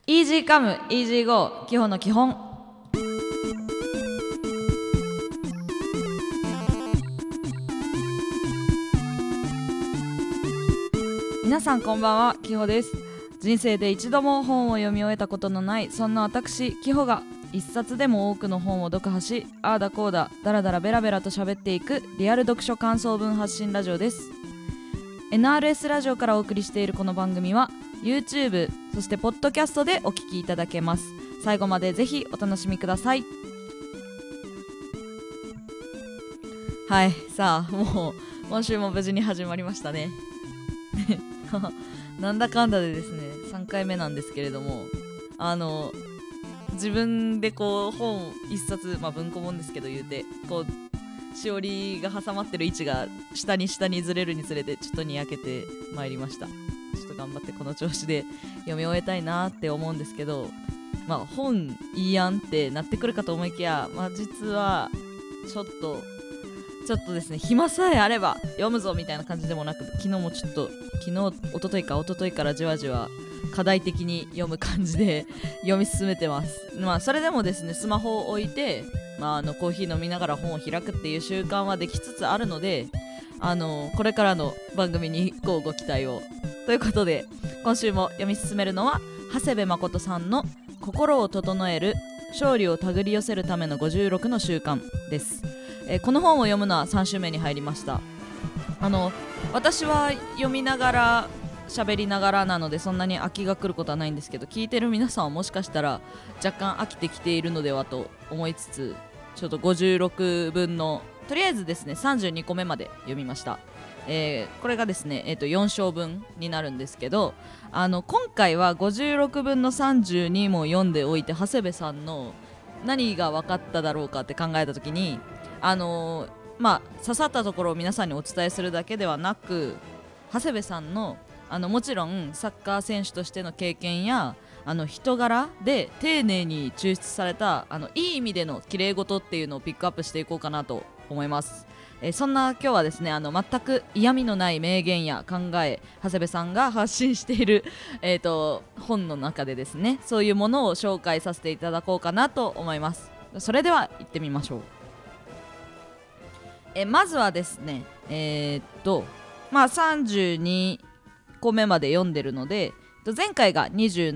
イージーカムイージーゴー基本の基本。皆さんこんばんは、きほです。人生で一度も本を読み終えたことのないそんな私きほが一冊でも多くの本を読破し、ああだこうだだらだらベラベラと喋っていくリアル読書感想文発信ラジオです。 NRS ラジオからお送りしているこの番組は YouTube そしてポッドキャストでお聞きいただけます。最後までぜひお楽しみください。はい、さあもう今週も無事に始まりましたねなんだかんだでですね3回目なんですけれども、自分でこう本一冊、文庫本ですけど言うてこうしおりが挟まってる位置が下にずれるにつれてちょっとにやけてまいりました。ちょっと頑張ってこの調子で読み終えたいなって思うんですけど、本いいやんってなってくるかと思いきや、実はちょっとですね、暇さえあれば読むぞみたいな感じでもなく、昨日一昨日からじわじわ課題的に読む感じで読み進めてます。それでもですね、スマホを置いて、コーヒー飲みながら本を開くっていう習慣はできつつあるので、これからの番組にご期待をということで、今週も読み進めるのは長谷部誠さんの心を整える勝利を手繰り寄せるための56の習慣です。この本を読むのは3週目に入りました。私は読みながら喋りながらなのでそんなに飽きが来ることはないんですけど、聞いてる皆さんはもしかしたら若干飽きてきているのではと思いつつ、ちょっと56分のとりあえずですね32個目まで読みました。これがですね、4章分になるんですけど、今回は56分の32も読んでおいて長谷部さんの何が分かっただろうかって考えた時に、刺さったところを皆さんにお伝えするだけではなく、長谷部さんのもちろんサッカー選手としての経験や人柄で丁寧に抽出されたいい意味での綺麗事っていうのをピックアップしていこうかなと思います。そんな今日はですね、全く嫌味のない名言や考え、長谷部さんが発信している、本の中でですね、そういうものを紹介させていただこうかなと思います。それでは行ってみましょう。まずはですね、32個目まで読んでるので、前回が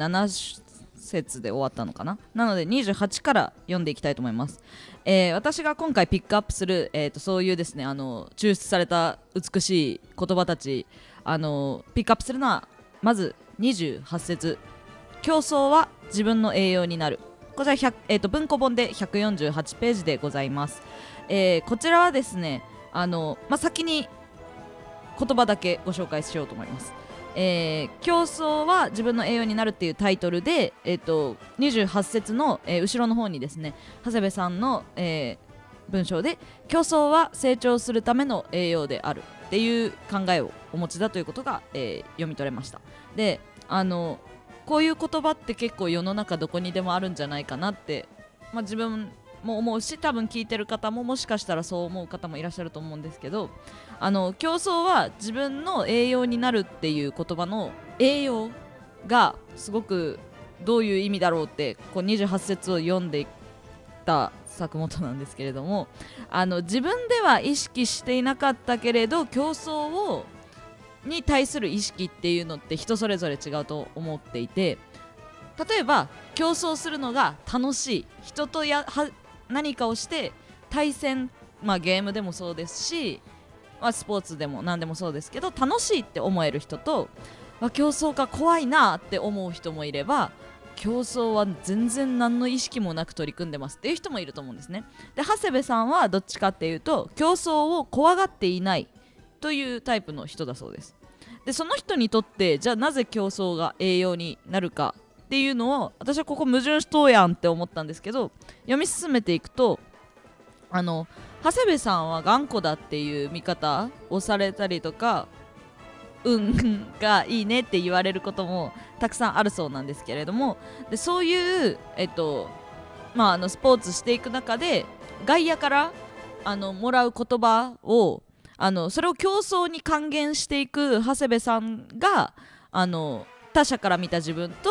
27節で終わったのかな。なので28から読んでいきたいと思います。私が今回ピックアップする、そういうですね抽出された美しい言葉たち、ピックアップするのはまず28節、競争は自分の栄養になる。こちら、文庫本で148ページでございます。こちらはですね先に言葉だけご紹介しようと思います。競争は自分の栄養になるっていうタイトルで、28節の、後ろの方にですね長谷部さんの、文章で競争は成長するための栄養であるっていう考えをお持ちだということが、読み取れました。でこういう言葉って結構世の中どこにでもあるんじゃないかなって、自分も思うし、多分聞いてる方ももしかしたらそう思う方もいらっしゃると思うんですけど、競争は自分の栄養になるっていう言葉の栄養がすごくどういう意味だろうってこう28節を読んでいった作元なんですけれども、自分では意識していなかったけれど競争に対する意識っていうのって人それぞれ違うと思っていて、例えば競争するのが楽しい人と何かをして対戦、ゲームでもそうですし、スポーツでも何でもそうですけど楽しいって思える人と、競争が怖いなって思う人もいれば、競争は全然何の意識もなく取り組んでますっていう人もいると思うんですね。で長谷部さんはどっちかっていうと競争を怖がっていないというタイプの人だそうです。でその人にとってじゃあなぜ競争が栄養になるかっていうのを私はここ矛盾しとうやんって思ったんですけど、読み進めていくと長谷部さんは頑固だっていう見方をされたりとか、運がいいねって言われることもたくさんあるそうなんですけれども、でそういう、スポーツしていく中で外野からもらう言葉をそれを競争に還元していく長谷部さんが他者から見た自分と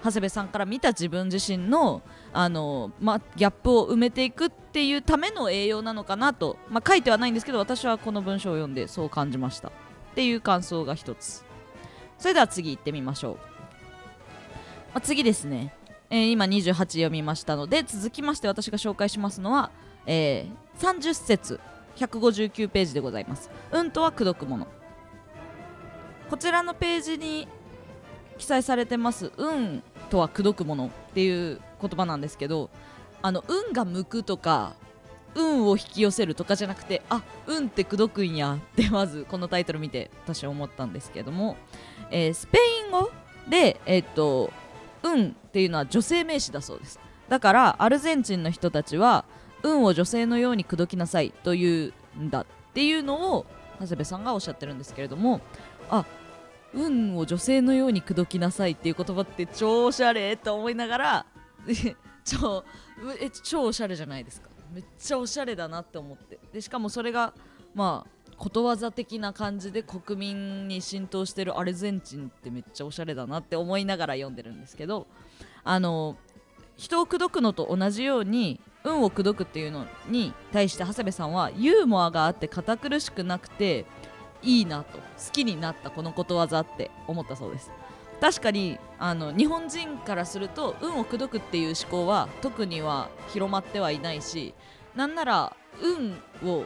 長谷部さんから見た自分自身の、ギャップを埋めていくっていうための栄養なのかなと、書いてはないんですけど、私はこの文章を読んでそう感じましたっていう感想が一つ。それでは次行ってみましょう。次ですね、今28読みましたので、続きまして私が紹介しますのは、30節159ページでございます。うんとは口説くもの。こちらのページに記載されてます運とは口説くものっていう言葉なんですけど、運が向くとか運を引き寄せるとかじゃなくて、運って口説くんやってまずこのタイトル見て私は思ったんですけども、スペイン語で、運っていうのは女性名詞だそうです。だからアルゼンチンの人たちは運を女性のように口説きなさいというんだっていうのを長谷部さんがおっしゃってるんですけれども、運を女性のように口説きなさいっていう言葉って超おしゃれと思いながら超おしゃれじゃないですか。めっちゃおしゃれだなって思って、でしかもそれがことわざ的な感じで国民に浸透してるアルゼンチンってめっちゃおしゃれだなって思いながら読んでるんですけど、人を口説くのと同じように運を口説くっていうのに対して長谷部さんはユーモアがあって堅苦しくなくていいなと、好きになったこのことわざって思ったそうです。確かに日本人からすると運を口説くっていう思考は特には広まってはいないし、なんなら運を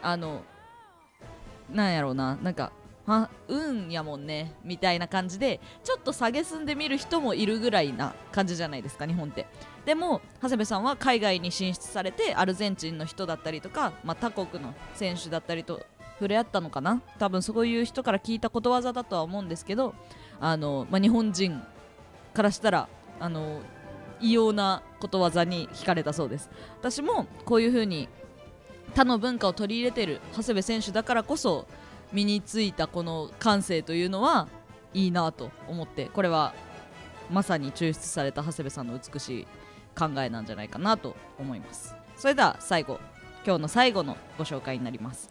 なんやろうな、なんか運やもんねみたいな感じでちょっと下げすんで見る人もいるぐらいな感じじゃないですか、日本って。でも長谷部さんは海外に進出されてアルゼンチンの人だったりとか、他国の選手だったりと触れ合ったのかな、多分そういう人から聞いたことわざだとは思うんですけど、日本人からしたら異様なことわざに惹かれたそうです。私もこういう風に他の文化を取り入れている長谷部選手だからこそ身についたこの感性というのはいいなと思って、これはまさに抽出された長谷部さんの美しい考えなんじゃないかなと思います。それでは今日の最後のご紹介になります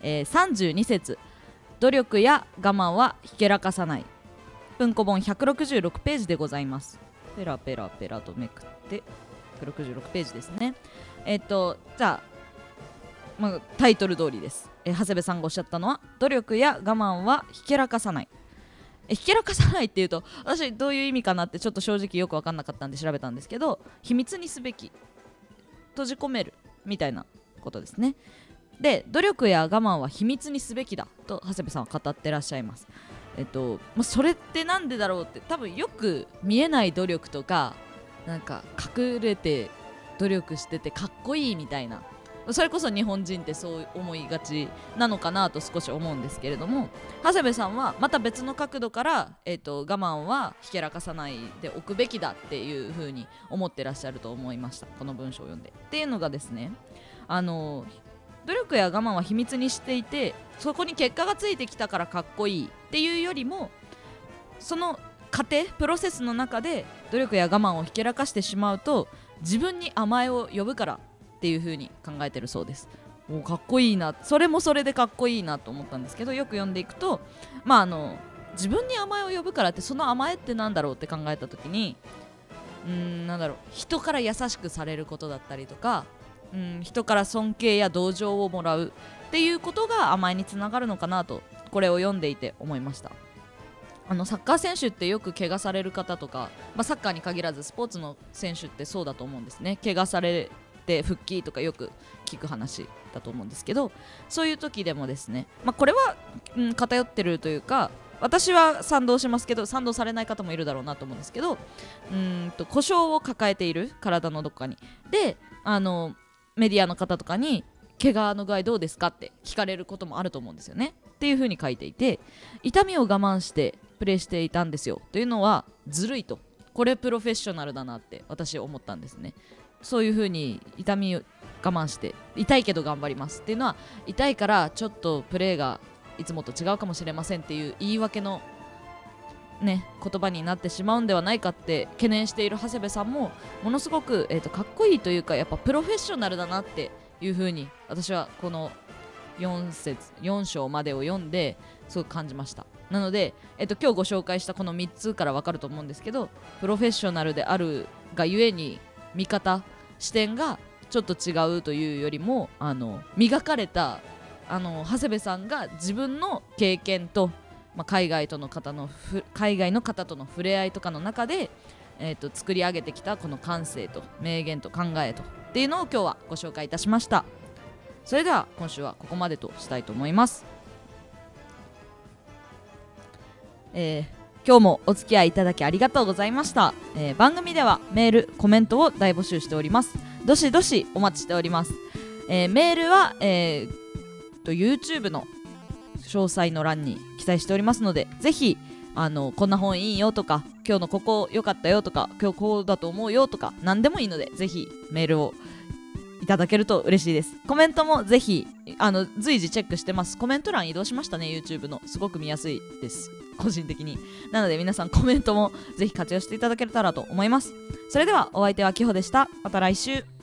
。32節、努力や我慢はひけらかさない。文庫本166ページでございます。ペラペラペラとめくって166ページですね。じゃあ、タイトル通りです。長谷部さんがおっしゃったのは、努力や我慢はひけらかさない。ひけらかさないっていうと私どういう意味かなってちょっと正直よく分かんなかったんで調べたんですけど、秘密にすべき、閉じ込めるみたいなことですね。で、努力や我慢は秘密にすべきだと長谷部さんは語ってらっしゃいます。それってなんでだろうって、多分よく見えない努力とか、なんか隠れて努力しててかっこいいみたいな、それこそ日本人ってそう思いがちなのかなと少し思うんですけれども、長谷部さんはまた別の角度から、我慢はひけらかさないでおくべきだっていう風に思ってらっしゃると思いました、この文章を読んで。っていうのがですね、努力や我慢は秘密にしていて、そこに結果がついてきたからかっこいいっていうよりも、その過程プロセスの中で努力や我慢をひけらかしてしまうと自分に甘えを呼ぶからっていう風に考えてるそうです。もうかっこいいな、それもそれでかっこいいなと思ったんですけど、よく読んでいくと、自分に甘えを呼ぶからって、その甘えってなんだろうって考えた時に、なんだろう、人から優しくされることだったりとか、人から尊敬や同情をもらうっていうことが甘えにつながるのかなと、これを読んでいて思いました。サッカー選手ってよく怪我される方とか、サッカーに限らずスポーツの選手ってそうだと思うんですね。怪我されて復帰とかよく聞く話だと思うんですけど、そういう時でもですね、これは、偏ってるというか、私は賛同しますけど賛同されない方もいるだろうなと思うんですけど、故障を抱えている体のどこかにで、メディアの方とかに怪我の具合どうですかって聞かれることもあると思うんですよねっていう風に書いていて、痛みを我慢してプレーしていたんですよというのはずるいと、これプロフェッショナルだなって私思ったんですね。そういう風に痛みを我慢して痛いけど頑張りますっていうのは、痛いからちょっとプレーがいつもと違うかもしれませんっていう言い訳のね、言葉になってしまうんではないかって懸念している長谷部さんもものすごく、かっこいいというか、やっぱプロフェッショナルだなっていう風に私はこの4章までを読んですごく感じました。 なので、今日ご紹介したこの3つから分かると思うんですけど、プロフェッショナルであるがゆえに見方視点がちょっと違うというよりも磨かれた長谷部さんが自分の経験と、海外の方との触れ合いとかの中で、作り上げてきたこの感性と名言と考えとっていうのを今日はご紹介いたしました。それでは今週はここまでとしたいと思います。今日もお付き合いいただきありがとうございました。番組ではメールコメントを大募集しております。どしどしお待ちしております。メールは、YouTube の詳細の欄に記載しておりますので、ぜひこんな本いいよとか、今日のここ良かったよとか、今日こうだと思うよとか、何でもいいのでぜひメールをいただけると嬉しいです。コメントもぜひ随時チェックしてます。コメント欄移動しましたね、 YouTube の。すごく見やすいです、個人的に。なので皆さんコメントもぜひ活用していただけたらと思います。それではお相手はきほでした。また来週。